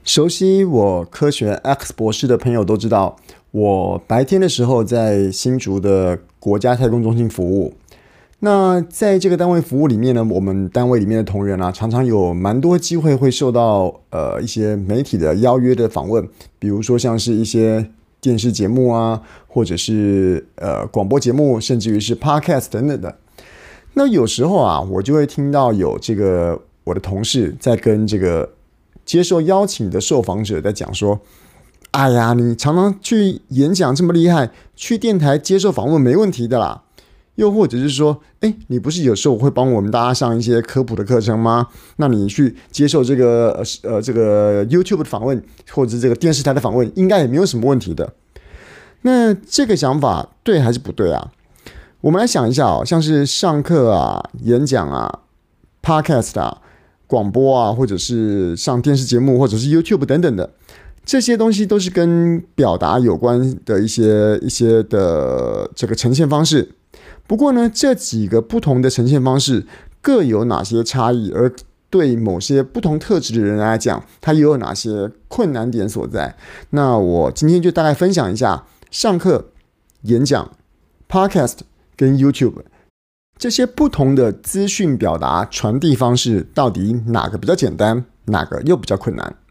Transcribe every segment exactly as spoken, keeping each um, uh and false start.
熟悉我科学 X 博士的朋友都知道，我白天的时候在新竹的国家太空中心服务。那在这个单位服务里面呢，我们单位里面的同仁啊，常常有蛮多机会会受到呃一些媒体的邀约的访问，比如说像是一些电视节目啊，或者是呃广播节目，甚至于是 podcast 等等的。那有时候啊，我就会听到有这个我的同事在跟这个接受邀请的受访者在讲说，哎呀，你常常去演讲这么厉害，去电台接受访问没问题的啦。又或者是说，哎，你不是有时候会帮我们大家上一些科普的课程吗？那你去接受这个呃这个 YouTube 的访问，或者是这个电视台的访问，应该也没有什么问题的。那这个想法对还是不对啊？我们来想一下哦，像是上课啊、演讲啊、Podcast 啊、广播啊，或者是上电视节目，或者是 YouTube 等等的，这些东西都是跟表达有关的一些一些的这个呈现方式。不过呢，这几个不同的呈现方式各有哪些差异，而对某些不同特质的人来讲，它又有哪些困难点所在？那我今天就大概分享一下上课、演讲、Podcast 跟 YouTube 这些不同的资讯表达传递方式，到底哪个比较简单，哪个又比较困难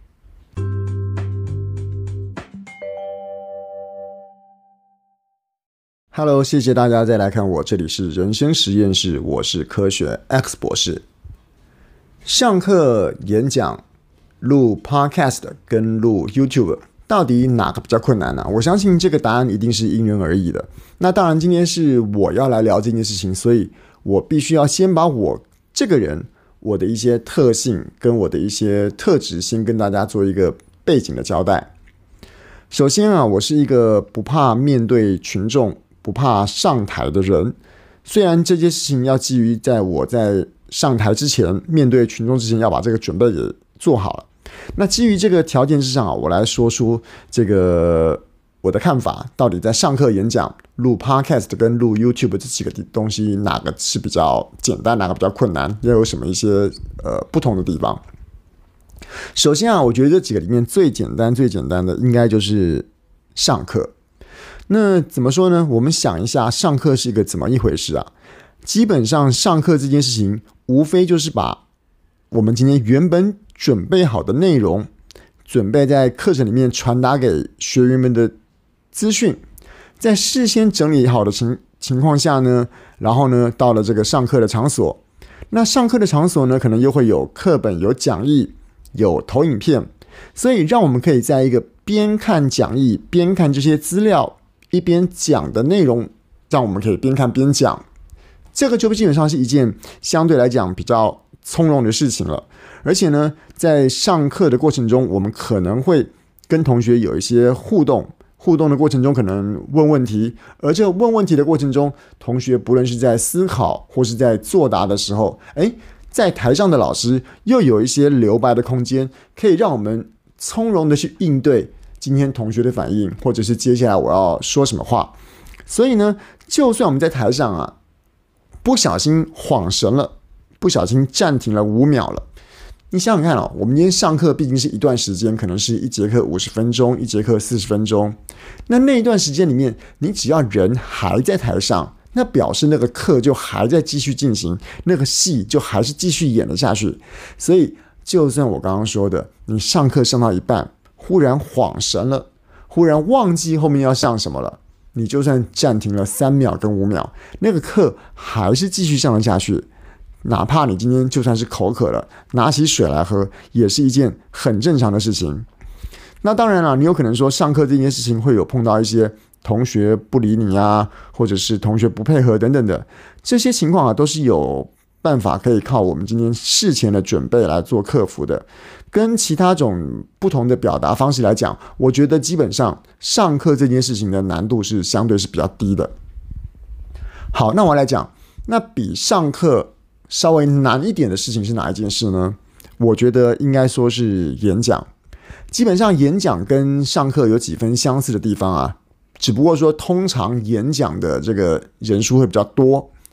？Hello， 谢谢大家再来看我，这里是人生实验室，我是科学 X 博士。上课、演讲、录 Podcast 跟录 YouTube， 到底哪个比较困难呢？我相信这个答案一定是因人而异的。那当然，今天是我要来聊这件事情，所以我必须要先把我这个人、我的一些特性跟我的一些特质，先跟大家做一个背景的交代。首先啊，我是一个不怕面对群众、不怕上台的人，虽然这件事情要基于在我在上台之前，面对群众之前要把这个准备也做好了。那基于这个条件之上啊，我来说出这个我的看法，到底在上课、演讲、录 Podcast 跟录 YouTube 这几个东西，哪个是比较简单，哪个比较困难，又有什么一些呃不同的地方？首先啊，我觉得这几个里面最简单、最简单的应该就是上课。那怎么说呢？我们想一下，上课是一个怎么一回事啊？基本上上课这件事情，无非就是把我们今天原本准备好的内容，准备在课程里面传达给学员们的资讯，在事先整理好的情情况下呢，然后呢，到了这个上课的场所。那上课的场所呢，可能又会有课本、有讲义、有投影片，所以让我们可以在一个边看讲义、边看这些资料，一边讲的内容，让我们可以边看边讲。这个就基本上是一件相对来讲比较从容的事情了。而且呢，在上课的过程中，我们可能会跟同学有一些互动，互动的过程中可能问问题，而这个问问题的过程中，同学不论是在思考或是在作答的时候，诶，在台上的老师又有一些留白的空间，可以让我们从容的去应对今天同学的反应，或者是接下来我要说什么话。所以呢，就算我们在台上啊，不小心晃神了，不小心暂停了五秒了，你想想看哦，我们今天上课毕竟是一段时间，可能是一节课五十分钟，一节课四十分钟。那那一段时间里面，你只要人还在台上，那表示那个课就还在继续进行，那个戏就还是继续演了下去。所以，就算我刚刚说的，你上课上到一半，忽然晃神了，忽然忘记后面要上什么了，你就算暂停了三秒跟五秒，那个课还是继续上了下去。哪怕你今天就算是口渴了，拿起水来喝，也是一件很正常的事情。那当然了，你有可能说上课这件事情会有碰到一些同学不理你啊，或者是同学不配合等等的，这些情况啊，都是有办法可以靠我们今天事前的准备来做克服的。跟其他种不同的表达方式来讲，我觉得基本上上课这件事情的难度是相对是比较低的。好，那我来讲，那比上课稍微难一点的事情是哪一件事呢？我觉得应该说是演讲。基本上演讲跟上课有几分相似的地方啊，只不过说通常演讲的这个人数会比较多，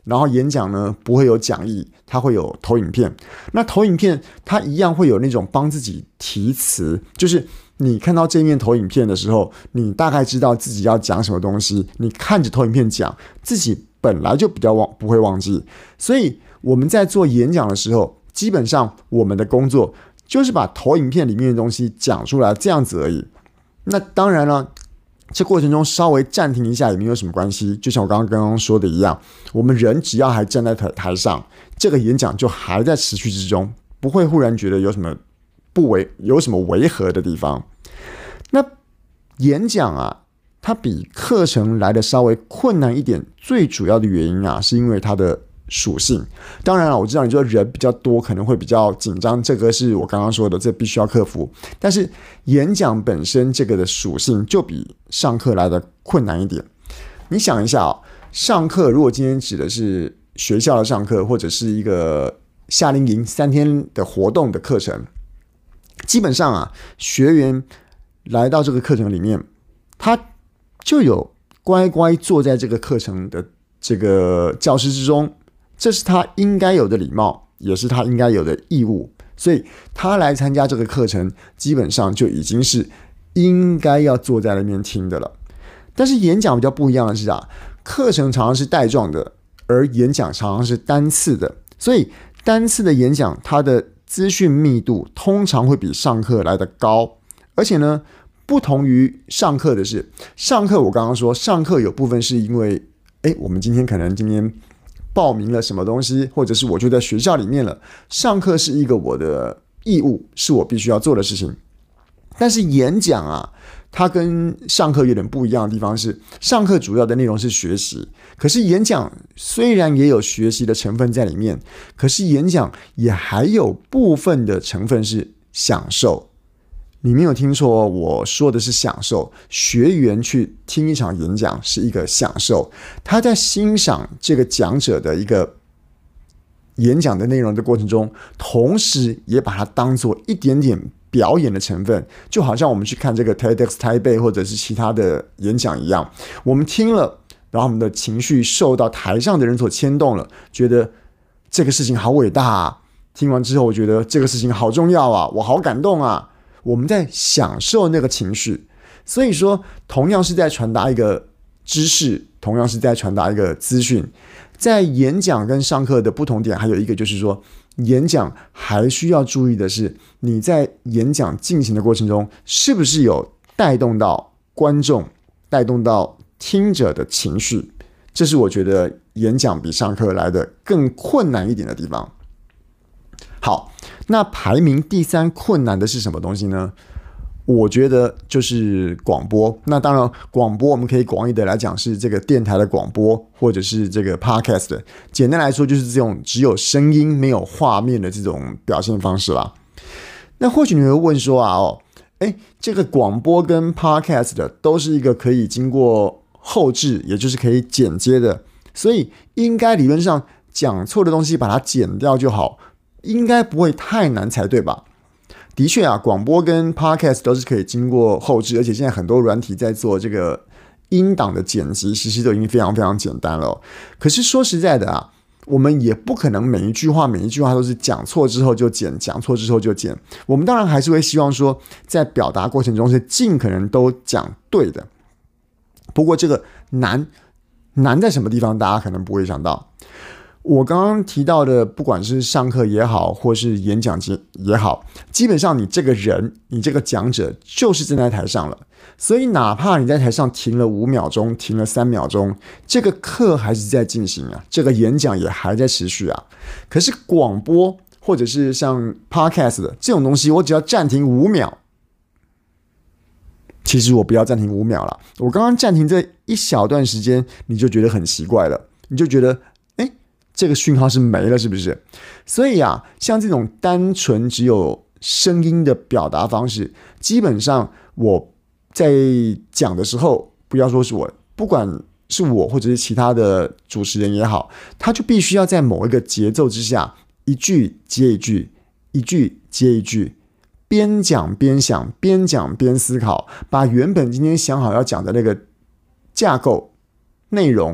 然后演讲呢不会有讲义，它会有投影片。那投影片它一样会有那种帮自己提词，就是你看到这面投影片的时候，你大概知道自己要讲什么东西，你看着投影片讲，自己本来就比较忘不会忘记。所以我们在做演讲的时候，基本上我们的工作就是把投影片里面的东西讲出来，这样子而已。那当然了，这过程中稍微暂停一下也没有什么关系，就像我刚刚刚刚说的一样，我们人只要还站在台上，这个演讲就还在持续之中，不会忽然觉得有什么不违有什么违和的地方。那演讲啊，它比课程来的稍微困难一点，最主要的原因啊，是因为它的属性。当然了，我知道你说人比较多可能会比较紧张，这个是我刚刚说的，这必须要克服。但是演讲本身这个的属性就比上课来的困难一点。你想一下哦，上课如果今天指的是学校的上课，或者是一个夏令营三天的活动的课程，基本上啊，学员来到这个课程里面，他就有乖乖坐在这个课程的这个教室之中，这是他应该有的礼貌，也是他应该有的义务。所以他来参加这个课程，基本上就已经是应该要坐在那边听的了。但是演讲比较不一样的是啊，课程常常是带状的，而演讲常常是单次的。所以单次的演讲，它的资讯密度通常会比上课来得高。而且呢，不同于上课的是，上课我刚刚说，上课有部分是因为，哎，我们今天可能今天报名了什么东西，或者是我就在学校里面了，上课是一个我的义务，是我必须要做的事情。但是演讲啊，它跟上课有点不一样的地方是，上课主要的内容是学习，可是演讲虽然也有学习的成分在里面，可是演讲也还有部分的成分是享受。你没有听错，我说的是享受。学员去听一场演讲是一个享受，他在欣赏这个讲者的一个演讲的内容的过程中，同时也把它当作一点点表演的成分，就好像我们去看这个 TEDx 台北或者是其他的演讲一样，我们听了，然后我们的情绪受到台上的人所牵动了，觉得这个事情好伟大啊，听完之后我觉得这个事情好重要啊，我好感动啊，我们在享受那个情绪。所以说同样是在传达一个知识，同样是在传达一个资讯，在演讲跟上课的不同点还有一个就是说，演讲还需要注意的是，你在演讲进行的过程中是不是有带动到观众，带动到听者的情绪，这是我觉得演讲比上课来的更困难一点的地方。好，那排名第三困难的是什么东西呢？我觉得就是广播。那当然广播我们可以广义的来讲是这个电台的广播，或者是这个 podcast 的，简单来说就是这种只有声音没有画面的这种表现方式啦。那或许你会问说啊，哦，诶，这个广播跟 podcast 的都是一个可以经过后制，也就是可以剪接的，所以应该理论上讲错的东西把它剪掉就好，应该不会太难才对吧？的确啊，广播跟 podcast 都是可以经过后制，而且现在很多软体在做这个音档的剪辑，其实都已经非常非常简单了哦。可是说实在的啊，我们也不可能每一句话每一句话都是讲错之后就剪，讲错之后就剪。我们当然还是会希望说，在表达过程中是尽可能都讲对的。不过这个难难在什么地方，大家可能不会想到。我刚刚提到的，不管是上课也好，或是演讲也好，基本上你这个人，你这个讲者就是站在台上了，所以哪怕你在台上停了五秒钟，停了三秒钟，这个课还是在进行啊，这个演讲也还在持续啊。可是广播或者是像 podcast 的这种东西，我只要暂停五秒，其实我不要暂停五秒了，我刚刚暂停这一小段时间，你就觉得很奇怪了，你就觉得这个讯号是没了，是不是？所以啊，像这种单纯只有声音的表达方式，基本上我在讲的时候，不要说是我，不管是我或者是其他的主持人也好，他就必须要在某一个节奏之下，一句接一句，一句接一句，边讲边想，边讲边思考，把原本今天想好要讲的那个架构内容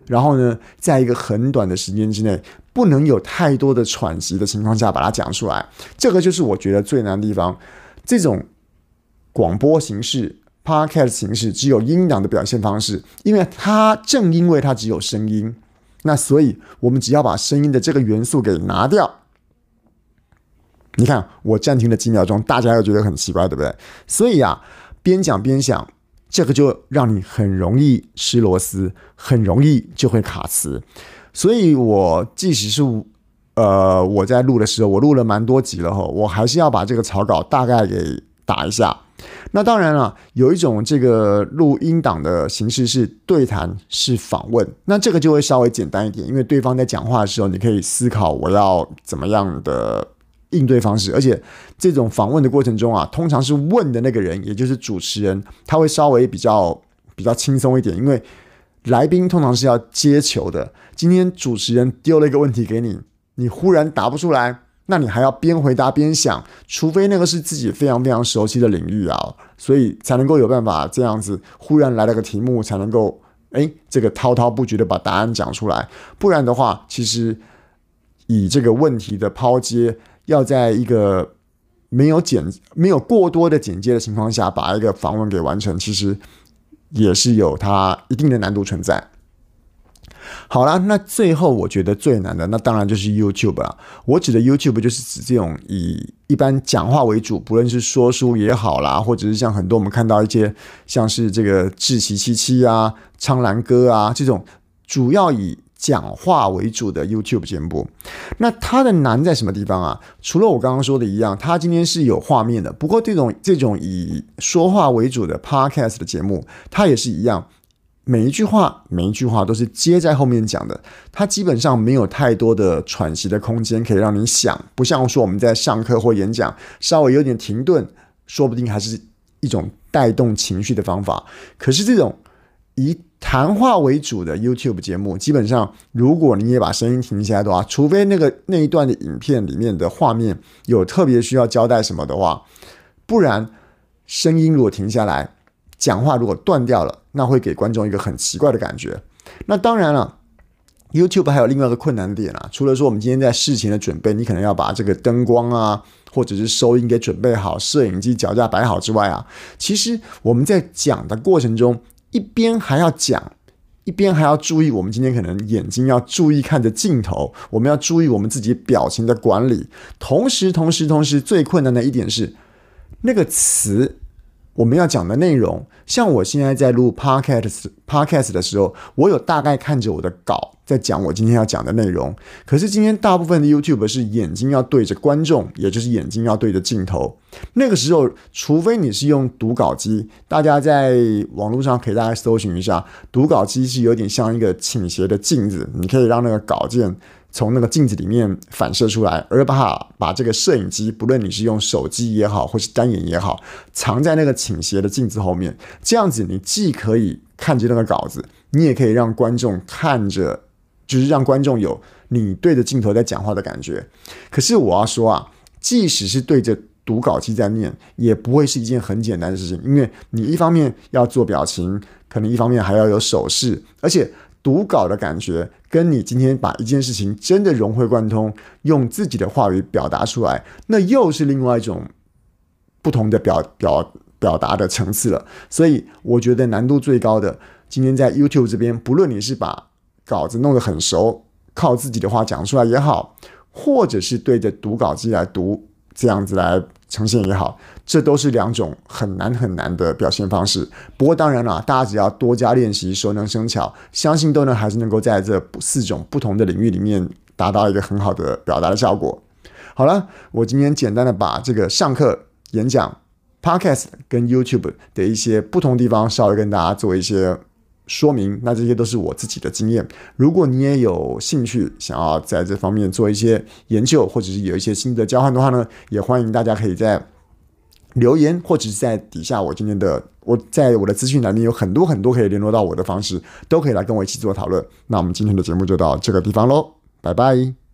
然后呢，在一个很短的时间之内，不能有太多的喘息的情况下把它讲出来，这个就是我觉得最难的地方。这种广播形式 podcast 形式只有音档的表现方式，因为它正因为它只有声音，那所以我们只要把声音的这个元素给拿掉。你看我暂停了几秒钟，大家又觉得很奇怪，对不对？所以啊，边讲边想，这个就让你很容易吃螺丝，很容易就会卡词。所以我即使是呃我在录的时候，我录了蛮多集了后，我还是要把这个草稿大概给打一下。那当然了，有一种这个录音档的形式是对谈，是访问，那这个就会稍微简单一点，因为对方在讲话的时候，你可以思考我要怎么样的应对方式，而且这种访问的过程中啊，通常是问的那个人，也就是主持人，他会稍微比较比较轻松一点，因为来宾通常是要接球的。今天主持人丢了一个问题给你，你忽然答不出来，那你还要边回答边想，除非那个是自己非常非常熟悉的领域啊，所以才能够有办法这样子，忽然来了个题目，才能够哎这个滔滔不绝的把答案讲出来。不然的话，其实以这个问题的抛接，要在一个没有简没有过多的简介的情况下，把一个访问给完成，其实也是有它一定的难度存在。好啦，那最后我觉得最难的，那当然就是 YouTube 啦。我指的 YouTube 就是指这种以一般讲话为主，不论是说书也好啦，或者是像很多我们看到一些像是这个志祺七七啊、苍兰哥啊这种主要以讲话为主的 YouTube 节目。那它的难在什么地方啊？除了我刚刚说的一样，它今天是有画面的，不过这种这种以说话为主的 Podcast 的节目，它也是一样。每一句话每一句话都是接在后面讲的，它基本上没有太多的喘息的空间可以让你想，不像说我们在上课或演讲稍微有点停顿，说不定还是一种带动情绪的方法。可是这种以谈话为主的 YouTube 节目，基本上如果你也把声音停下来的话，除非那个那一段的影片里面的画面有特别需要交代什么的话，不然声音如果停下来，讲话如果断掉了，那会给观众一个很奇怪的感觉。那当然了， YouTube 还有另外一个困难点啊，除了说我们今天在事前的准备，你可能要把这个灯光啊，或者是收音给准备好，摄影机脚架摆好之外啊，其实我们在讲的过程中，一边还要讲，一边还要注意我们今天可能眼睛要注意看着镜头，我们要注意我们自己表情的管理。同时同时同时最困难的一点是那个词我们要讲的内容，像我现在在录 podcast, podcast 的时候，我有大概看着我的稿在讲我今天要讲的内容。可是今天大部分的 YouTube 是眼睛要对着观众，也就是眼睛要对着镜头。那个时候，除非你是用读稿机，大家在网络上可以大概搜寻一下，读稿机是有点像一个倾斜的镜子，你可以让那个稿件从那个镜子里面反射出来，而把把这个摄影机，不论你是用手机也好，或是单眼也好，藏在那个倾斜的镜子后面，这样子你既可以看着那个稿子，你也可以让观众看着，就是让观众有你对着镜头在讲话的感觉。可是我要说啊，即使是对着读稿机在念，也不会是一件很简单的事情，因为你一方面要做表情，可能一方面还要有手势，而且读稿的感觉跟你今天把一件事情真的融会贯通，用自己的话语表达出来，那又是另外一种不同的表表表达的层次了。所以我觉得难度最高的，今天在 YouTube 这边，不论你是把稿子弄得很熟，靠自己的话讲出来也好，或者是对着读稿机来读，这样子来呈现也好，这都是两种很难很难的表现方式。不过当然了，大家只要多加练习，熟能生巧，相信都能还是能够在这四种不同的领域里面达到一个很好的表达的效果。好了，我今天简单的把这个上课、演讲、Podcast 跟 YouTube 的一些不同地方稍微跟大家做一些说明，那这些都是我自己的经验。如果你也有兴趣想要在这方面做一些研究，或者是有一些心得交换的话呢，也欢迎大家可以在留言，或者是在底下我今天的我在我的资讯栏里有很多很多可以联络到我的方式，都可以来跟我一起做讨论。那我们今天的节目就到这个地方咯，拜拜。